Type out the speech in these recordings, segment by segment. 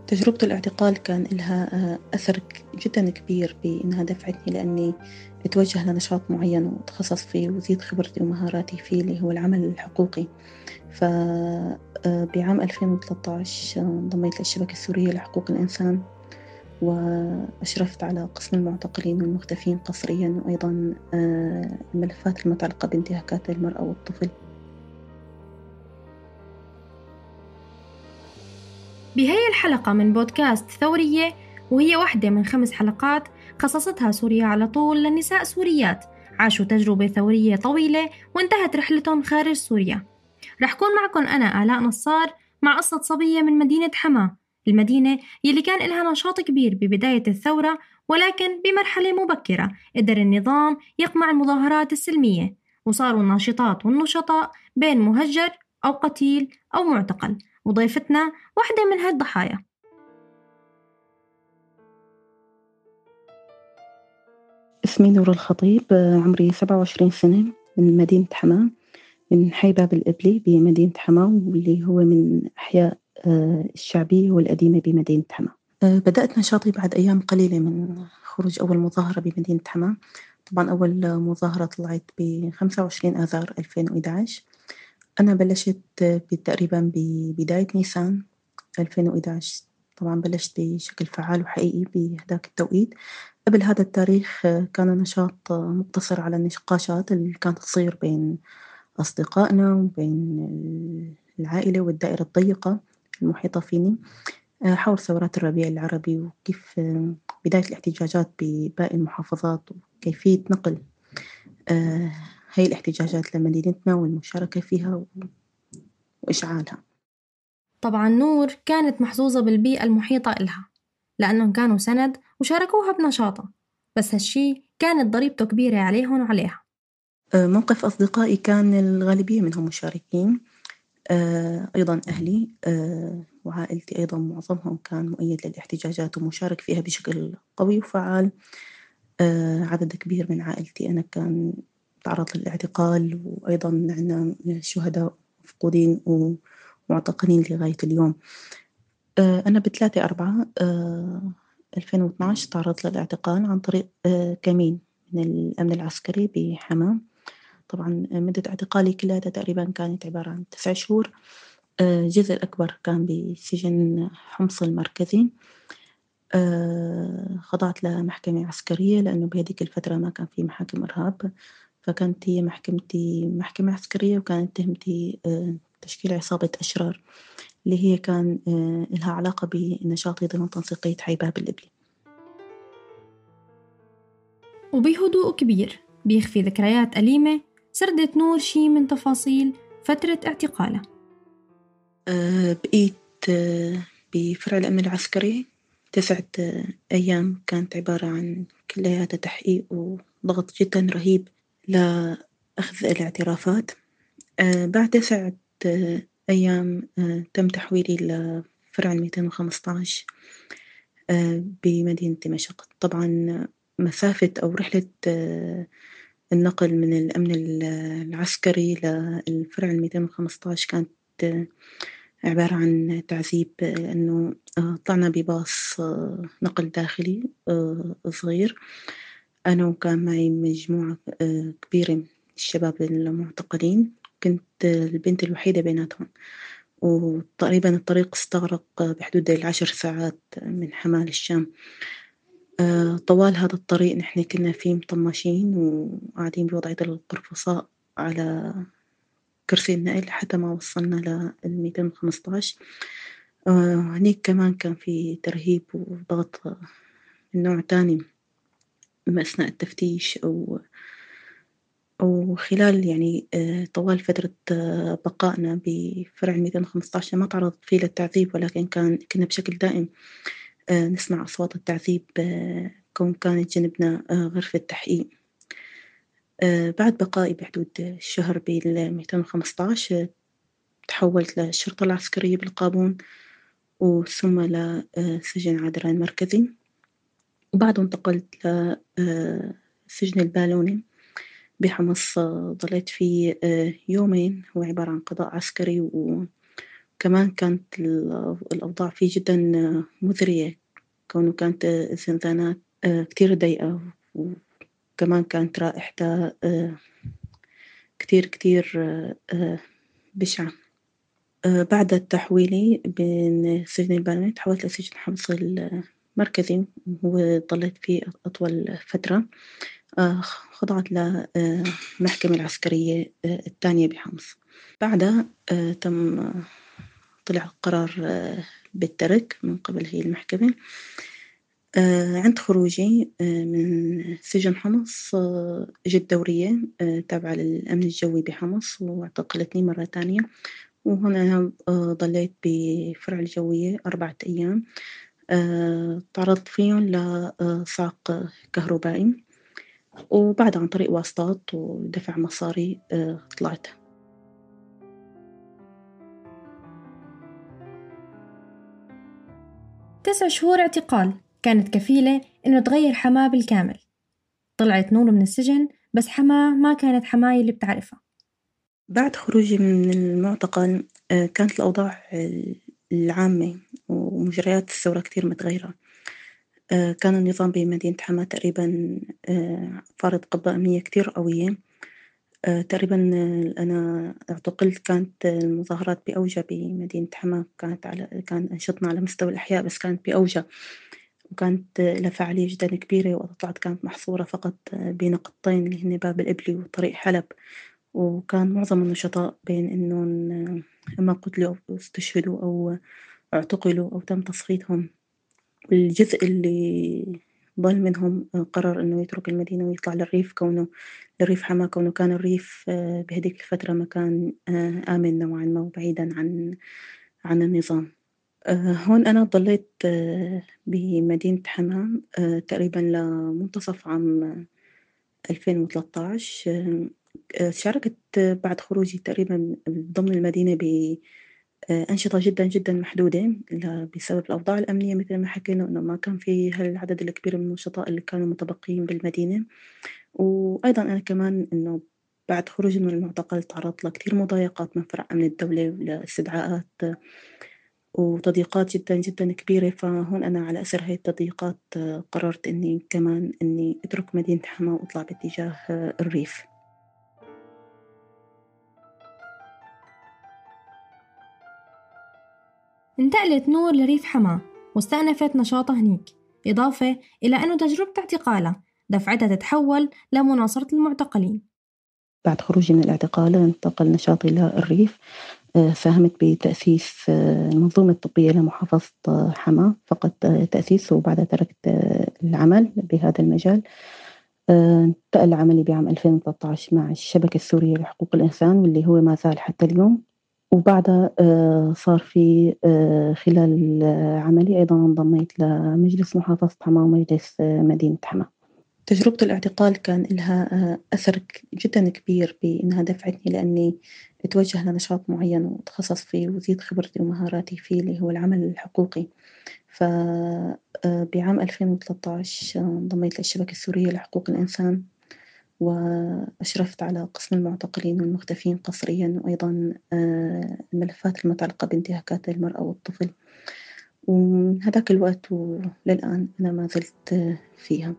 تجربة الاعتقال كان لها أثر جدا كبير بإنها دفعتني لأني أتوجه لنشاط معين وأتخصص فيه وزيد خبرتي ومهاراتي فيه اللي هو العمل الحقوقي. فبعام 2013 انضميت للشبكة السورية لحقوق الإنسان، وأشرفت على قسم المعتقلين والمختفين قسريا، وأيضا الملفات المتعلقة بانتهاكات المرأة والطفل. بهي الحلقة من بودكاست ثورية، وهي واحدة من 5 حلقات خصصتها سوريا على طول لنساء سوريات عاشوا تجربة ثورية طويلة وانتهت رحلتهم خارج سوريا. رح كون معكم أنا آلاء نصار مع قصة صبية من مدينة حماة، المدينة يلي كان لها نشاط كبير ببداية الثورة، ولكن بمرحلة مبكرة قدر النظام يقمع المظاهرات السلمية، وصاروا الناشطات والنشطاء بين مهجر أو قتيل أو معتقل. وضيفتنا واحدة من هالضحايا. اسمي نور الخطيب، عمري 27 سنة، من مدينة حماة، من حي باب الإبلي بمدينة حماة، واللي هو من أحياء الشعبية والقديمة بمدينة حماة. بدأت نشاطي بعد أيام قليلة من خروج أول مظاهرة بمدينة حماة. طبعا أول مظاهرة طلعت ب25 آذار 2011. أنا بلشت تقريبا ببداية نيسان 2011. طبعا بلشت بشكل فعال وحقيقي بهذاك التوقيت. قبل هذا التاريخ كان نشاط مقتصر على النقاشات اللي كانت تصير بين أصدقائنا وبين العائلة والدائرة الضيقة المحيطة فيني، حول ثورات الربيع العربي، وكيف بداية الاحتجاجات بباقي المحافظات، وكيفية نقل هاي الاحتجاجات لمدينتنا والمشاركة فيها وإشعالها. طبعا نور كانت محظوظة بالبيئة المحيطة إلها لأنهم كانوا سند وشاركوها بنشاطها، بس هالشي كانت ضريبته كبيرة عليهم وعليها. موقف أصدقائي كان الغالبية منهم مشاركين، أيضا أهلي وعائلتي أيضا معظمهم كان مؤيد للاحتجاجات ومشارك فيها بشكل قوي وفعال. عدد كبير من عائلتي أنا كان تعرض للاعتقال، وأيضا عندنا شهداء مفقودين ومعتقلين لغاية اليوم. أنا ب3/4 2012 تعرضت للاعتقال عن طريق كمين من الأمن العسكري بحماة. طبعا مدة اعتقالي كلها تقريبا كانت عبارة عن 9 شهور. الجزء الأكبر كان بسجن حمص المركزي. خضعت لمحكمة عسكرية لأنه بهذيك الفترة ما كان في محاكم إرهاب، فكانت هي محكمتي محكمة عسكرية، وكانت تهمتي تشكيل عصابة أشرار اللي هي كان لها علاقة بنشاطي ضمن تنسيقية حي باب الإبلي. وبهدوء كبير بيخفي ذكريات أليمة سردت نور شي من تفاصيل فترة اعتقالها. بقيت بفرع الأمن العسكري 9 أيام، كانت عبارة عن كلياتها تحقيق وضغط جدا رهيب لأخذ الاعترافات. بعد 9 أيام تم تحويلي لفرع 215 بمدينة دمشق. طبعا مسافة أو رحلة النقل من الأمن العسكري للفرع 215 كانت عبارة عن تعذيب، لأنه طلعنا بباص نقل داخلي صغير، أنا وكان معي مجموعة كبيرة من الشباب المعتقلين، كنت البنت الوحيدة بيناتهم، وتقريبا الطريق استغرق بحدود 10 ساعات من حماة للشام. طوال هذا الطريق نحن كنا فيه مطمشين وقاعدين بوضعية القرفصاء على كرسي النقل حتى ما وصلنا ل215. هنيك كمان كان في ترهيب وضغط من نوع تاني أثناء التفتيش أو خلال يعني طوال فترة بقائنا بفرع 215 ما تعرضت فيه للتعذيب، ولكن كنا بشكل دائم نسمع أصوات التعذيب، كانت جنبنا غرفة تحقيق. بعد بقائي بحدود شهر بال215 تحولت للشرطة العسكرية بالقابون، وثم لسجن عدران المركزي، وبعده انتقلت لسجن البالوني بحمص. ضليت فيه يومين، هو عبارة عن قضاء عسكري كمان كانت الأوضاع فيه جدا مزرية، كونه كانت الزنزانات كتير ضيقة، وكمان كانت رائحتها كتير بشعة. بعد تحويلي بين سجن البرمي تحولت لسجن حمص المركزي، وظليت فيه أطول فترة. خضعت للمحكمة العسكرية الثانية بحمص. بعدها طلع قرار بالترك من قبل هي المحكمة. عند خروجي من سجن حمص جت دورية تابعة للأمن الجوي بحمص، واعتقلتني مرة تانية، وهنا ضليت بفرع الجوية 4 أيام. تعرضت فيهم لصعق كهربائي، وبعد عن طريق واسطات ودفع مصاري طلعت. 9 شهور اعتقال كانت كفيلة إنه تغير حماه بالكامل. طلعت نور من السجن، بس حماه ما كانت حماية اللي بتعرفها. بعد خروجي من المعتقل كانت الأوضاع العامة ومجريات الثورة كتير متغيرة. كان النظام بمدينة حماة تقريبا فارض قبضة أمنية كتير قوية. تقريبا أنا اعتقلت كانت المظاهرات بأوجها بمدينة حماة، كان أنشطنا على مستوى الأحياء، بس كانت بأوجها، وكانت لها فعالية جدا كبيرة. وقت طلعت كانت محصورة فقط بين قطين اللي هن باب الإبلي وطريق حلب، وكان معظم النشطاء بين إنهم إما قتلوا أو استشهدوا أو اعتقلوا أو تم تصفيتهم. الجزء اللي ضل منهم قرر إنه يترك المدينة ويطلع للريف، كونه للريف حماة، كونه كان الريف بهديك الفترة مكان آمن نوعا ما وبعيدا عن النظام. هون أنا ضليت بمدينة حماة تقريبا لمنتصف عام 2013. شاركت بعد خروجي تقريبا ضمن المدينة بأنشطة جدا محدودة بسبب الأوضاع الأمنية، مثل ما حكينا إنه ما كان في هالعدد الكبير من النشطاء اللي كانوا متبقيين بالمدينة. وأيضا أنا كمان إنه بعد خروجي من المعتقل تعرضت لكتير مضايقات من فرع أمن الدولة لاستدعاءات وتضييقات جدا كبيرة. فهون أنا على أثر هاي التضييقات قررت إني كمان إني أترك مدينة حماة وأطلع باتجاه الريف. انتقلت نور لريف حماه واستأنفت نشاطها هنيك، إضافة إلى أنه تجربة اعتقالها دفعتها تتحول لمناصرة المعتقلين. بعد خروجي من الاعتقال انتقل نشاطي للريف. ساهمت بتأسيس المنظومة الطبية لمحافظة حماة، فقط تأسيس، وبعدها تركت العمل بهذا المجال. انتقل عملي بعام 2013 مع الشبكة السورية لحقوق الإنسان، واللي هو ما زال حتى اليوم. وبعدها صار في خلال عملي أيضا انضميت لمجلس محافظة حماة ومجلس مدينة حماة. تجربة الاعتقال كان لها أثر جدا كبير بأنها دفعتني لأني أتوجه لنشاط معين وأتخصص فيه وزيد خبرتي ومهاراتي فيه، اللي هو العمل الحقوقي. فبعام 2013 انضميت للشبكة السورية لحقوق الإنسان، وأشرفت على قسم المعتقلين والمختفين قسريا، وأيضا الملفات المتعلقة بانتهاكات المرأة والطفل. ومن هذاك الوقت وللآن أنا ما زلت فيها.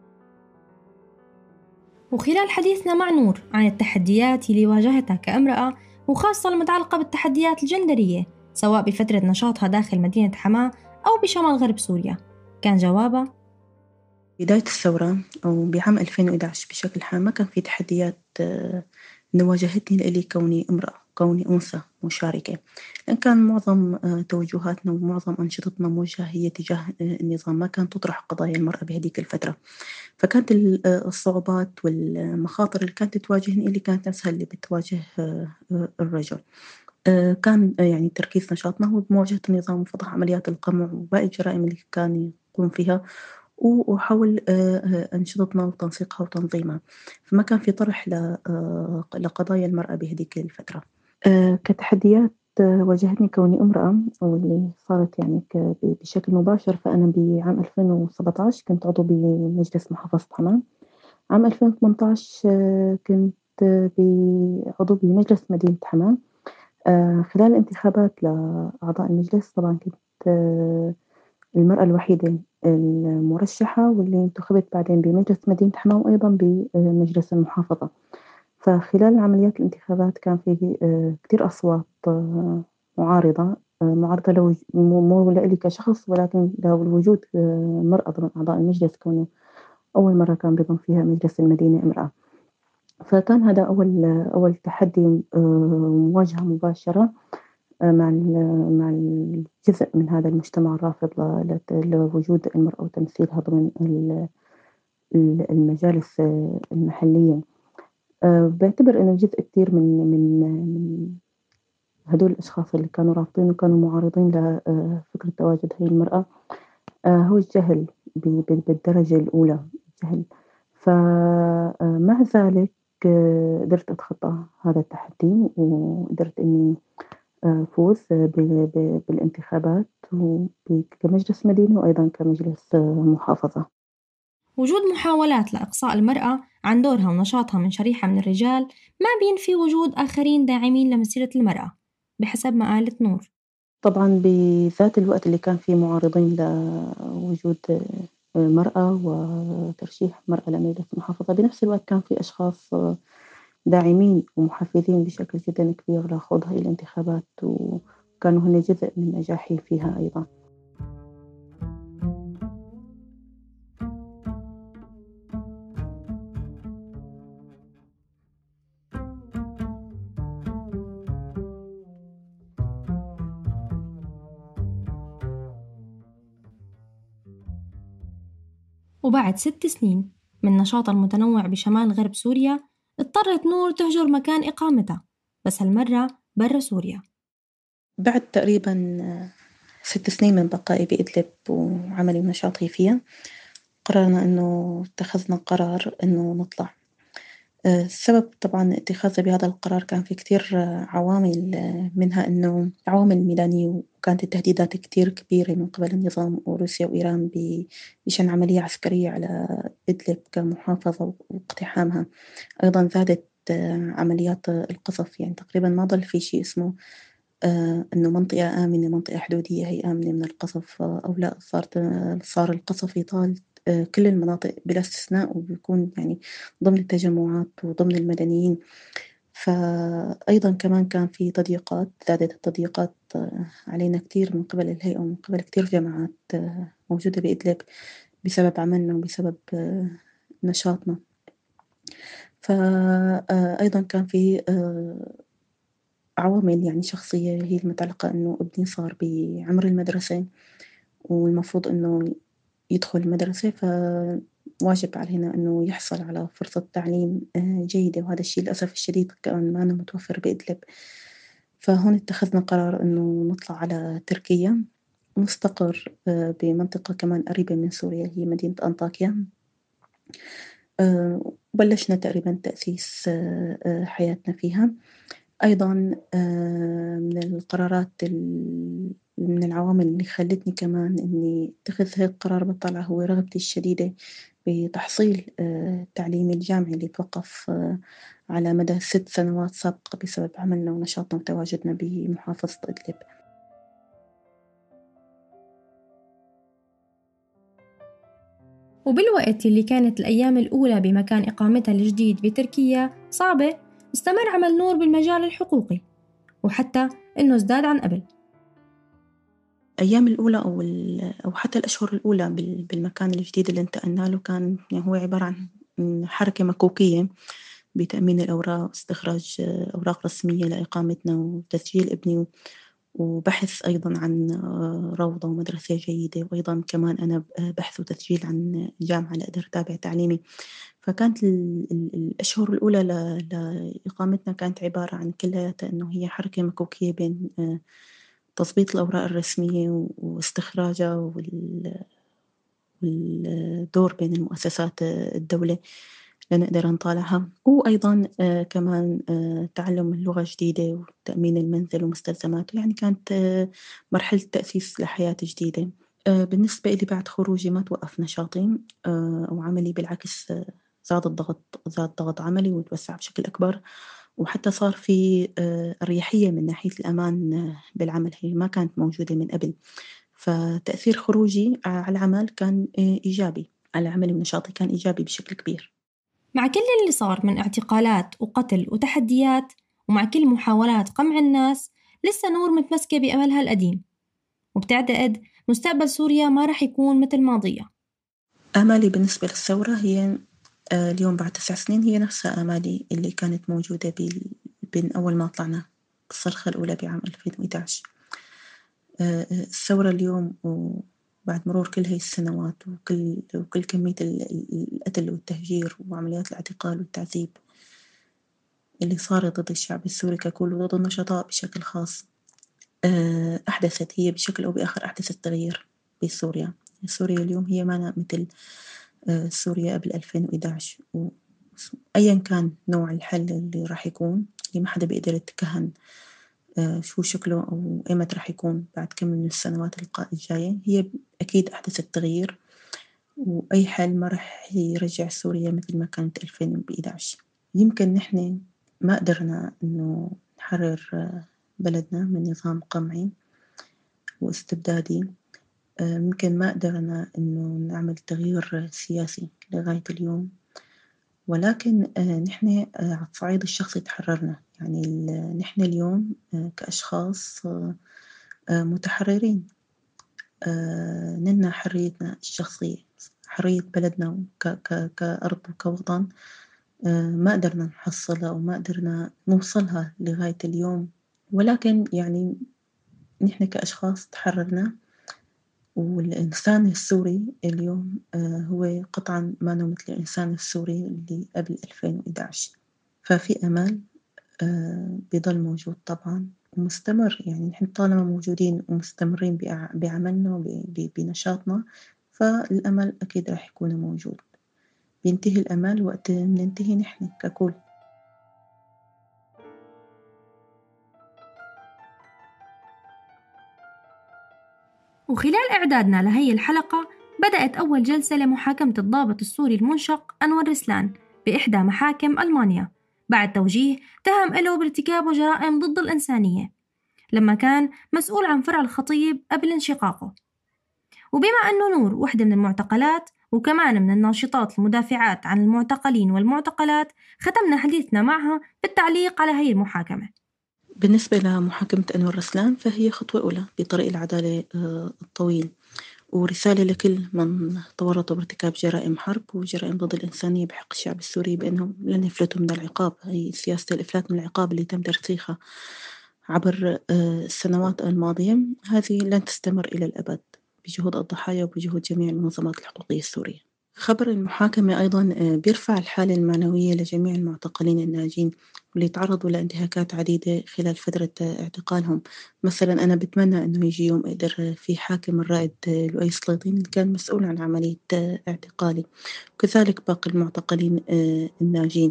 وخلال حديثنا مع نور عن التحديات اللي واجهتها كامرأة، وخاصة المتعلقة بالتحديات الجندرية سواء بفترة نشاطها داخل مدينة حماة أو بشمال غرب سوريا، كان جوابها: بداية الثورة أو بعام 2011 بشكل عام ما كان في تحديات إنه واجهتني لإلي كوني امرأة، كوني أنثى مشاركة، لأن كان معظم توجهاتنا ومعظم أنشطتنا موجهة هي تجاه النظام، ما كانت تطرح قضايا المرأة بهذيك الفترة. فكانت الصعوبات والمخاطر اللي كانت تواجهني اللي كانت نفسها اللي بتواجه الرجل. كان يعني تركيز نشاطنا هو بمواجهة النظام وفضح عمليات القمع وباقي الجرائم اللي كان يقوم فيها، وحول أنشطتنا وتنسيقها وتنظيمها. فما كان في طرح لقضايا المرأة بهذيك الفترة. كتحديات واجهتني كوني امرأة، واللي صارت يعني بشكل مباشر، فأنا بعام 2017 كنت عضو بمجلس محافظة حماة. عام 2018 كنت عضو بمجلس مدينة حماة. خلال الانتخابات لأعضاء المجلس طبعًا كنت المرأة الوحيدة المرشحة واللي انتُخبت بعدين بمجلس مدينة حماة وأيضًا بمجلس المحافظة. فخلال عمليات الانتخابات كان في كتير أصوات معارضة، معارضة مو لإلي كشخص ولكن لوجود مرأة ضمن أعضاء المجلس كونه أول مرّة كان بيضم فيها مجلس المدينة امرأة. فكان هذا أول تحدي مواجهة مباشرة مع الجزء من هذا المجتمع الرافض لوجود المرأة وتمثيلها ضمن المجالس المحلية. باعتبر إنه جزء كتير من هدول الأشخاص اللي كانوا رافضين وكانوا معارضين فكرة تواجد هاي المرأة هو الجهل بالدرجة الأولى، الجهل. مع ذلك قدرت أتخطى هذا التحدي وقدرت إني فوز بالانتخابات كمجلس مدينة وأيضًا كمجلس محافظة. وجود محاولات لإقصاء المرأة عن دورها ونشاطها من شريحة من الرجال ما بينفي وجود آخرين داعمين لمسيرة المرأة بحسب ما قالت نور. طبعًا بذات الوقت اللي كان في معارضين لوجود مرأة وترشيح مرأة لمجلس المحافظة، بنفس الوقت كان في أشخاص داعمين ومحفزين بشكل جدًا كبير لخوض هاي الانتخابات، وكانوا هن جزء من نجاحي فيها أيضًا. وبعد 6 سنين من نشاطها المتنوع بشمال غرب سوريا اضطرت نور تهجر مكان إقامتها، بس هالمرة برا سوريا. بعد تقريبًا 6 سنين من بقائي بإدلب وعملي ونشاطي فيها، قررنا إنه اتخذنا قرار إنه نطلع. السبب طبعًا اتخاذي بهذا القرار كان في كتير عوامل منها إنه عوامل ميدانية وكانت التهديدات كتير كبيرة من قبل النظام وروسيا وإيران بشن عملية عسكرية على إدلب كمحافظة واقتحامها. أيضًا زادت عمليات القصف، يعني تقريبًا ما ضل في شي اسمه إنه منطقة آمنة، منطقة حدودية هي آمنة من القصف أو لأ، صار القصف يطال كل المناطق بلا استثناء وبيكون يعني ضمن التجمعات وضمن المدنيين. فأيضًا كمان كان في تضييقات، زادت التضييقات علينا كتير من قبل الهيئة ومن قبل كتير جماعات موجودة بإدلب بسبب عملنا وبسبب نشاطنا. ف أيضًا كان في عوامل يعني شخصية هي المتعلقة إنه ابني صار بعمر المدرسة والمفروض إنه يدخل المدرسة، فواجب علينا إنه يحصل على فرصة تعليم جيدة، وهذا الشي للأسف الشديد كان مانا متوفر بإدلب. فهون اتخذنا قرار إنه نطلع على تركيا ونستقر بمنطقة كمان قريبة من سوريا هي مدينة أنطاكيا. وبلشنا تقريبًا تأسيس حياتنا فيها. أيضًا من القرارات من العوامل اللي خلّتني كمان إني أتخذ هيك قرار بالطلعة هو رغبتي الشديدة بتحصيل تعليمي الجامعي اللي توقّف على مدى 6 سنوات سابقة بسبب عملنا ونشاطنا وتواجدنا بمحافظة إدلب. وبالوقت اللي كانت الأيام الأولى بمكان إقامتها الجديد بتركيا صعبة، استمر عمل نور بالمجال الحقوقي وحتى إنه ازداد عن قبل. الأيام الأولى أو حتى الأشهر الأولى بالمكان الجديد اللي انتقلنا له كان يعني هو عبارة عن حركة مكوكية بتأمين الأوراق واستخراج أوراق رسمية لإقامتنا وتسجيل ابني وبحث أيضًا عن روضة ومدرسة جيدة، وأيضًا كمان أنا بحث وتسجيل عن جامعة لأقدر أتابع تعليمي. فكانت الأشهر الأولى لإقامتنا كانت عبارة عن كلّياتها إنه هي حركة مكوكية بين تضبيط الأوراق الرسمية واستخراجها والدور بين المؤسسات الدولة لنقدر نطالعها، وأيضًا كمان تعلُّم اللغة جديدة وتأمين المنزل ومستلزماته، يعني كانت مرحلة تأسيس لحياة جديدة. بالنسبة إلي بعد خروجي ما توقّف نشاطي أو عملي، بالعكس زاد ضغط عملي واتوسّع بشكل أكبر، وحتى صار في أريحية من ناحية الأمان بالعمل، هي ما كانت موجودة من قبل. فتأثير خروجي على العمل كان إيجابي، على عملي ونشاطي كان إيجابي بشكل كبير. مع كل اللي صار من اعتقالات وقتل وتحديات، ومع كل محاولات قمع الناس، لسه نور متمسكة بأملها القديم، وبتعتقد مستقبل سوريا ما رح يكون مثل ماضيها. آمالي بالنسبة للثورة هي اليوم بعد 9 سنين هي نفسها آمالي اللي كانت موجودة بين أول ما طلعنا الصرخة الأولى بعام 2011. الثورة اليوم وبعد مرور كل هاي السنوات وكل كمية القتل والتهجير وعمليات الاعتقال والتعذيب اللي صارت ضد الشعب السوري ككل وضد النشطاء بشكل خاص، أحدثت هي بشكل أو بآخر أحدثت تغيير بسوريا. سوريا اليوم هي ما مثل سوريا قبل 2011، وأيا كان نوع الحل اللي راح يكون اللي ما حدا بيقدر يتكهن شو شكله أو إيمت راح يكون بعد كم من السنوات الجاية. هي أكيد أحدثت تغيير، وأي حل ما راح يرجع سوريا مثل ما كانت 2011. يمكن نحن ما قدرنا إنه نحرر بلدنا من نظام قمعي واستبدادي، يمكن ما قدرنا إنه نعمل تغيير سياسي لغاية اليوم، ولكن نحن على الصعيد الشخصي تحررنا. يعني نحن اليوم كأشخاص متحررين، نلنا حريتنا الشخصية، حرية بلدنا كأرض وكوطن، ما قدرنا نحصلها وما قدرنا نوصلها لغاية اليوم، ولكن يعني نحن كأشخاص تحررنا. والإنسان السوري اليوم هو قطعا ما مثل الإنسان السوري اللي قبل 2011. ففي أمل بيضل موجود طبعا ومستمر. يعني نحن طالما موجودين ومستمرين بعملنا وبنشاطنا، فالأمل أكيد راح يكون موجود. بينتهي الأمل وقت بننتهي نحن ككل. وخلال إعدادنا لهي الحلقة بدأت أول جلسة لمحاكمة الضابط السوري المنشق أنور رسلان بإحدى محاكم ألمانيا بعد توجيه تهم له بارتكاب جرائم ضد الإنسانية لما كان مسؤول عن فرع الخطيب قبل انشقاقه. وبما أنه نور واحدة من المعتقلات وكمان من الناشطات المدافعات عن المعتقلين والمعتقلات، ختمنا حديثنا معها بالتعليق على هي المحاكمة. بالنسبة لمحاكمة أنور رسلان فهي خطوة أولى بطريق العدالة الطويل، ورسالة لكل من تورطوا بارتكاب جرائم حرب وجرائم ضد الإنسانية بحق الشعب السوري بأنهم لن يفلتوا من العقاب. هي سياسة الإفلات من العقاب اللي تم ترسيخها عبر السنوات الماضية هذه لن تستمر إلى الأبد بجهود الضحايا وبجهود جميع المنظمات الحقوقية السورية. خبر المحاكمة أيضا بيرفع الحالة المعنوية لجميع المعتقلين الناجين واللي تعرضوا لانتهاكات عديدة خلال فترة اعتقالهم. مثلا أنا بتمنى أنه يجي يوم أقدر في حاكم الرائد لؤي سليطين اللي كان مسؤول عن عملية اعتقالي، وكذلك باقي المعتقلين الناجين.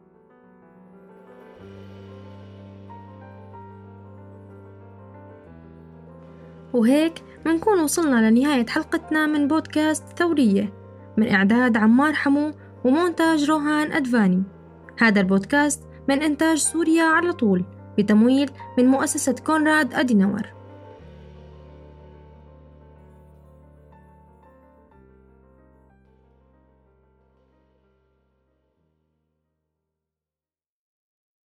وهيك منكون وصلنا لنهاية حلقتنا من بودكاست ثورية، من إعداد عمار حمو ومونتاج روهان أدفاني. هذا البودكاست من إنتاج سوريا على طول بتمويل من مؤسسة كونراد أدينور.